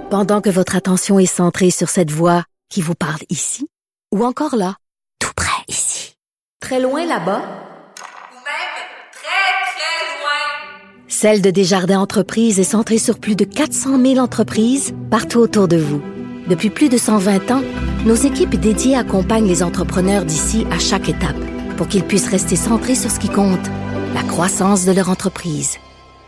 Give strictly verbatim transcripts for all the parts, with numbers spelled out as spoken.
Pendant que votre attention est centrée sur cette voix qui vous parle ici, ou encore là, tout près ici, très loin là-bas, ou même très, très loin. Celle de Desjardins Entreprises est centrée sur plus de quatre cent mille entreprises partout autour de vous. Depuis plus de cent vingt ans, nos équipes dédiées accompagnent les entrepreneurs d'ici à chaque étape pour qu'ils puissent rester centrés sur ce qui compte, la croissance de leur entreprise.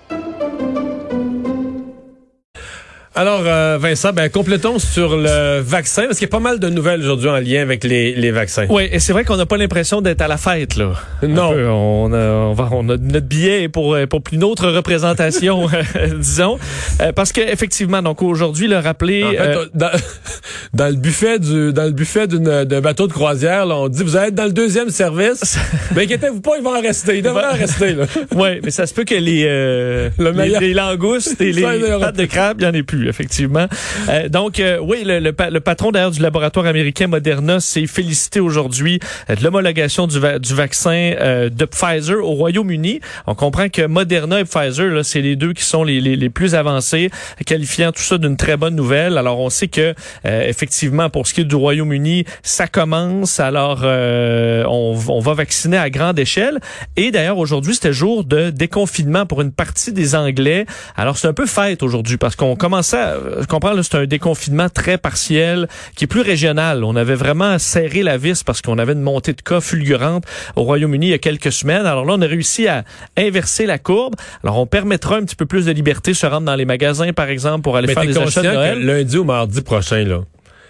Alors, euh, Vincent, ben complétons sur le vaccin, parce qu'il y a pas mal de nouvelles aujourd'hui en lien avec les, les vaccins. Oui, et c'est vrai qu'on n'a pas l'impression d'être à la fête, là. Non. Peu, on, a, on, va, on a notre billet pour, pour une autre représentation, disons. Euh, parce qu'effectivement, donc aujourd'hui, le rappeler... En fait, euh, dans, dans le buffet du dans le buffet d'une, d'un bateau de croisière, là, on dit, vous allez être dans le deuxième service. Mais inquiétez-vous pas, ils vont en rester. Ils devraient en rester, là. Oui, mais ça se peut que les, euh, le les, les langoustes et les pattes de crabe, il n'y en ait plus. Effectivement. Euh, donc, euh, oui, le, le, le patron d'ailleurs du laboratoire américain Moderna s'est félicité aujourd'hui euh, de l'homologation du, va- du vaccin euh, de Pfizer au Royaume-Uni. On comprend que Moderna et Pfizer, là, c'est les deux qui sont les, les, les plus avancés, qualifiant tout ça d'une très bonne nouvelle. Alors, on sait que euh, effectivement, pour ce qui est du Royaume-Uni, ça commence. Alors, euh, on, on va vacciner à grande échelle. Et d'ailleurs, aujourd'hui, c'était jour de déconfinement pour une partie des Anglais. Alors, c'est un peu fête aujourd'hui parce qu'on commençait à je comprends, là, c'est un déconfinement très partiel qui est plus régional. On avait vraiment serré la vis parce qu'on avait une montée de cas fulgurante au Royaume-Uni il y a quelques semaines. Alors là, on a réussi à inverser la courbe. Alors, on permettra un petit peu plus de liberté, se rendre dans les magasins, par exemple, pour aller Mais faire des achats de Noël. Que lundi ou mardi prochain, là,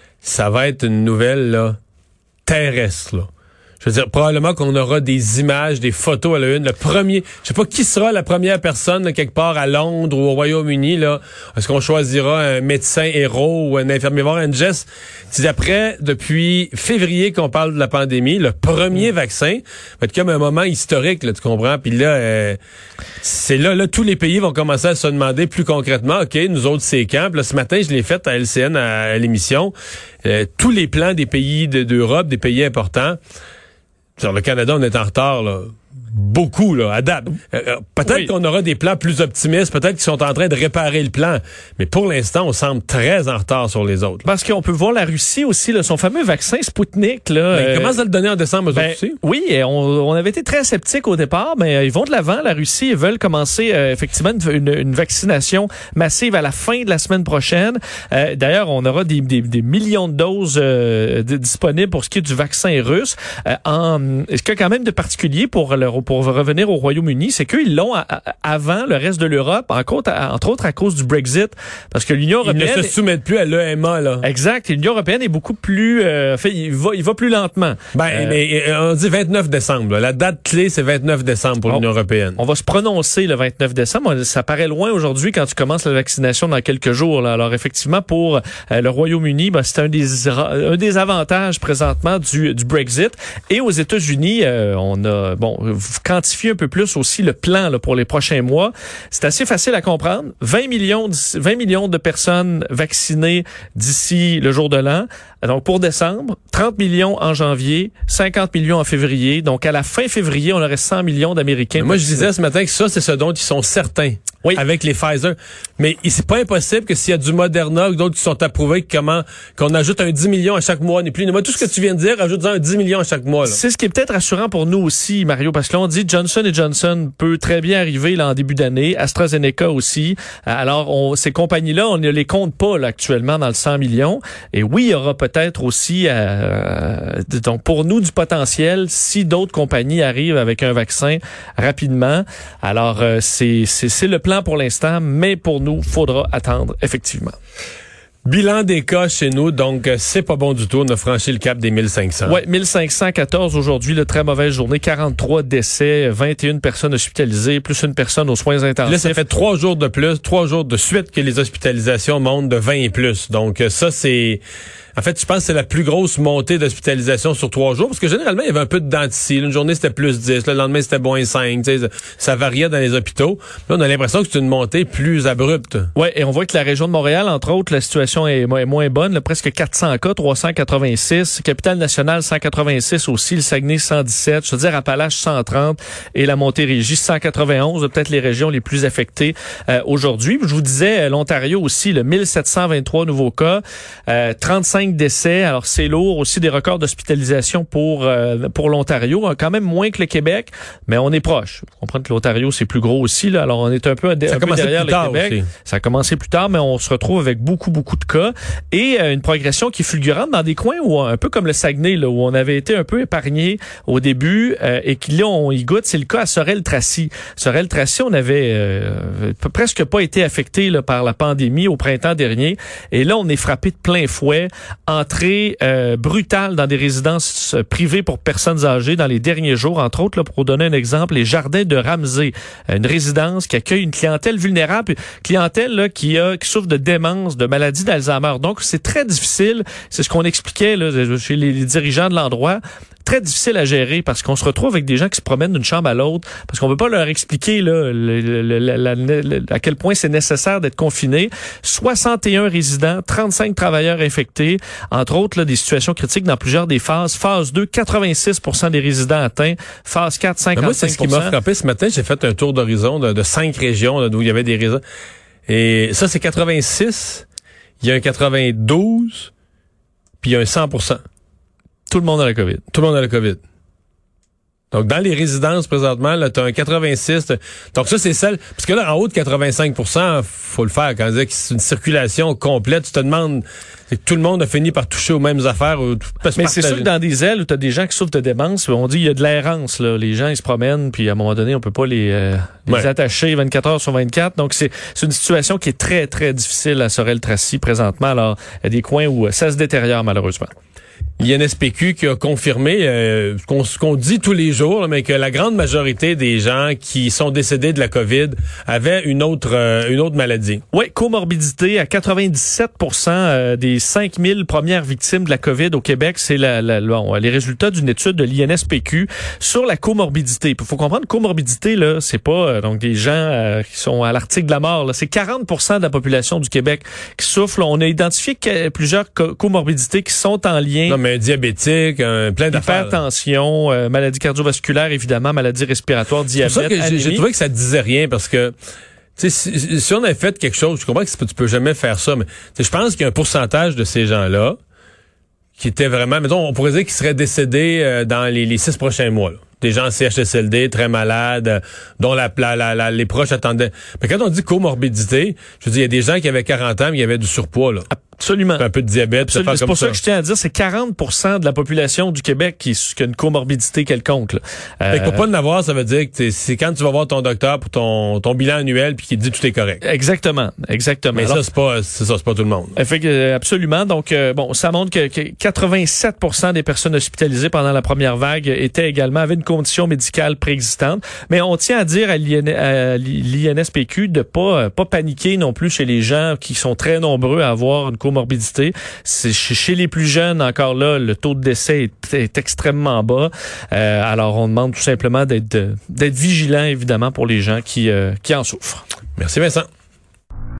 ça va être une nouvelle là, terrestre, là. Je veux dire, probablement qu'on aura des images, des photos à la une. Le premier, je sais pas qui sera la première personne là, quelque part à Londres ou au Royaume-Uni. Là, est-ce qu'on choisira un médecin héros ou un infirmier? Voir un geste. C'est après, depuis février qu'on parle de la pandémie, le premier mmh. vaccin va être comme un moment historique, là, tu comprends? Puis là, euh, c'est là, là, tous les pays vont commencer à se demander plus concrètement, OK, nous autres, c'est quand? Puis là, ce matin, je l'ai fait à L C N, à, à l'émission. Euh, tous les plans des pays de, d'Europe, des pays importants. Sur le Canada, on est en retard, là. Beaucoup, là, à date. Euh, peut-être oui. qu'on aura des plans plus optimistes, peut-être qu'ils sont en train de réparer le plan, mais pour l'instant, on semble très en retard sur les autres. Là. Parce qu'on peut voir la Russie aussi, là, son fameux vaccin Sputnik. Là, ben, euh, ils commencent à le donner en décembre aux ben, autres aussi. Oui, on, on avait été très sceptiques au départ, mais euh, ils vont de l'avant. La Russie, ils veulent commencer euh, effectivement une, une, une vaccination massive à la fin de la semaine prochaine. Euh, d'ailleurs, on aura des, des, des millions de doses euh, de, disponibles pour ce qui est du vaccin russe. Euh, en, ce qu'il y a quand même de particulier pour, le, pour revenir au Royaume-Uni, c'est qu'ils l'ont à, à, avant le reste de l'Europe, entre autres, à, entre autres à cause du Brexit, parce que l'Union européenne... Ils ne se soumettent plus à l'E M A, là. Exact. L'Union européenne est beaucoup plus... Euh, fait, il va, il va plus lentement. Ben, euh, mais on dit vingt-neuf décembre. Là. La date clé, c'est vingt-neuf décembre pour on, l'Union européenne. On va se prononcer le vingt-neuf décembre. Ça paraît loin aujourd'hui quand tu commences la vaccination dans quelques jours. Là. Alors, effectivement, pour euh, le Royaume-Uni, ben, c'est un des, un des avantages présentement du, du Brexit. Et aux États-Unis, euh, on a... bon, quantifié un peu plus aussi le plan là, pour les prochains mois. C'est assez facile à comprendre. vingt millions, vingt millions de personnes vaccinées d'ici le jour de l'an. Donc, pour décembre, trente millions en janvier, cinquante millions en février. Donc, à la fin février, on aurait cent millions d'Américains. Moi, je disais ce matin que ça, c'est ce dont ils sont certains. Oui. Avec les Pfizer. Mais c'est pas impossible que s'il y a du Moderna ou d'autres qui sont approuvés, comment, qu'on ajoute un dix millions à chaque mois, n'est plus. Moi, tout ce que tu viens de dire, ajoute-en un dix millions à chaque mois, là. C'est ce qui est peut-être rassurant pour nous aussi, Mario, parce que là, on dit Johnson et Johnson peut très bien arriver, là, en début d'année. AstraZeneca aussi. Alors, on, ces compagnies-là, on ne les compte pas, là, actuellement, dans le cent millions. Et oui, il y aura peut-être aussi, euh, donc, pour nous, du potentiel si d'autres compagnies arrivent avec un vaccin rapidement. Alors, euh, c'est, c'est, c'est le plan pour l'instant, mais pour nous, faudra attendre, effectivement. Bilan des cas chez nous, donc c'est pas bon du tout. On a franchi le cap des mille cinq cents. Ouais, mille cinq cent quatorze aujourd'hui, le très mauvaise journée. quarante-trois décès, vingt et une personnes hospitalisées, plus une personne aux soins intensifs. Là, ça fait trois jours de plus, trois jours de suite que les hospitalisations montent de vingt et plus. Donc ça, c'est... En fait, je pense que c'est la plus grosse montée d'hospitalisation sur trois jours, parce que généralement, il y avait un peu de dents de scie. Une journée, c'était plus dix, le lendemain, c'était moins cinq. Ça variait dans les hôpitaux. Là, on a l'impression que c'est une montée plus abrupte. Ouais, et on voit que la région de Montréal, entre autres, la situation progression est, est moins bonne, là, presque quatre cents cas, trois cent quatre-vingt-six. Capitale-Nationale, cent quatre-vingt-six aussi. Le Saguenay, cent dix-sept. Je veux dire, Appalaches, cent trente. Et la Montérégie, cent quatre-vingt-onze. Peut-être les régions les plus affectées euh, aujourd'hui. Je vous disais, euh, l'Ontario aussi, le mille sept cent vingt-trois nouveaux cas, euh, trente-cinq décès. Alors, c'est lourd. Aussi des records d'hospitalisation pour euh, pour l'Ontario. Quand même moins que le Québec, mais on est proche. Vous comprenez que l'Ontario, c'est plus gros aussi. Là. Alors, on est un peu, un peu derrière le Québec. Aussi. Ça a commencé plus tard, mais on se retrouve avec beaucoup, beaucoup de cas. Et euh, une progression qui est fulgurante dans des coins où, un peu comme le Saguenay, là, où on avait été un peu épargné au début euh, et qui là, on y goûte. C'est le cas à Sorel-Tracy. Sorel-Tracy, on avait euh, presque pas été affecté là, par la pandémie au printemps dernier. Et là, on est frappé de plein fouet. Entrée euh, brutale dans des résidences privées pour personnes âgées dans les derniers jours. Entre autres, là, pour vous donner un exemple, les Jardins de Ramsey, une résidence qui accueille une clientèle vulnérable, clientèle là, qui, a, qui souffre de démence, de maladie d'Alzheimer. Donc, c'est très difficile. C'est ce qu'on expliquait là, chez les, les dirigeants de l'endroit. Très difficile à gérer parce qu'on se retrouve avec des gens qui se promènent d'une chambre à l'autre parce qu'on peut pas leur expliquer là, le, le, le, la, le, à quel point c'est nécessaire d'être confiné. soixante et un résidents, trente-cinq travailleurs infectés, entre autres là, des situations critiques dans plusieurs des phases. Phase deux, quatre-vingt-six pour cent des résidents atteints. Phase quatre, cinquante-cinq pour cent. Moi, c'est ce qui m'a frappé ce matin. J'ai fait un tour d'horizon de, de cinq régions là, où il y avait des résidents. Et ça, c'est quatre-vingt-six. Il y a un quatre-vingt-douze. Puis il y a un cent pour cent. Tout le monde a la COVID. Tout le monde a la COVID. Donc, dans les résidences, présentement, là, t'as un quatre-vingt-six. T'as... Donc, ça, c'est celle... Parce que là, en haut de quatre-vingt-cinq pour cent, faut le faire. Quand on dit que c'est une circulation complète, tu te demandes... C'est que tout le monde a fini par toucher aux mêmes affaires. Ou... Mais c'est sûr que dans des ailes où t'as des gens qui souffrent de démence, on dit il y a de l'errance, là. Les gens, ils se promènent, puis à un moment donné, on peut pas les, euh, les ouais. attacher vingt-quatre heures sur vingt-quatre. Donc, c'est, c'est une situation qui est très, très difficile à Sorel-Tracy présentement. Alors, il y a des coins où ça se détériore, malheureusement. I N S P Q qui a confirmé euh, ce, qu'on, ce qu'on dit tous les jours, là, mais que la grande majorité des gens qui sont décédés de la COVID avaient une autre euh, une autre maladie. Oui, comorbidité à quatre-vingt-dix-sept pour cent euh, des cinq mille premières victimes de la COVID au Québec. C'est la, la, bon, les résultats d'une étude de l'I N S P Q sur la comorbidité. Il faut comprendre, comorbidité, là, c'est pas euh, donc des gens euh, qui sont à l'article de la mort. Là. C'est quarante pour cent de la population du Québec qui souffre. Là. On a identifié que plusieurs co- comorbidités qui sont en lien. Non, mais diabétique, euh, plein d'affaires. Hypertension, euh, maladie cardiovasculaire, évidemment, maladie respiratoire, diabète, c'est pour ça que anémie. J'ai, j'ai trouvé que ça disait rien parce que tu sais, si, si on avait fait quelque chose, je comprends que tu peux jamais faire ça, mais je pense qu'il y a un pourcentage de ces gens-là qui étaient vraiment, mettons, on pourrait dire qu'ils seraient décédés euh, dans les, les six prochains mois. Là. Des gens en C H S L D, très malades, euh, dont la, la, la, la, les proches attendaient. Mais quand on dit comorbidité, je veux dire, il y a des gens qui avaient quarante ans, mais il y avait du surpoids, là. Absolument. Un peu de diabète. Absolument. C'est pour ça. ça que je tiens à dire, c'est quarante pour cent de la population du Québec qui, qui a une comorbidité quelconque. Là. Euh, fait que pour pas en avoir, ça veut dire que c'est quand tu vas voir ton docteur pour ton, ton bilan annuel puis qu'il te dit tout est correct. Exactement. Exactement. Mais Alors, ça, c'est pas, c'est ça, c'est pas tout le monde. Fait que, absolument. Donc, euh, bon, ça montre que, que quatre-vingt-sept pour cent des personnes hospitalisées pendant la première vague étaient également, avaient une condition médicale préexistante. Mais on tient à dire à l'I N S P Q de pas, pas paniquer non plus chez les gens qui sont très nombreux à avoir une comorbidité. C'est chez les plus jeunes, encore là, le taux de décès est, est extrêmement bas. Euh, alors, on demande tout simplement d'être, d'être vigilant, évidemment, pour les gens qui, euh, qui en souffrent. Merci Vincent.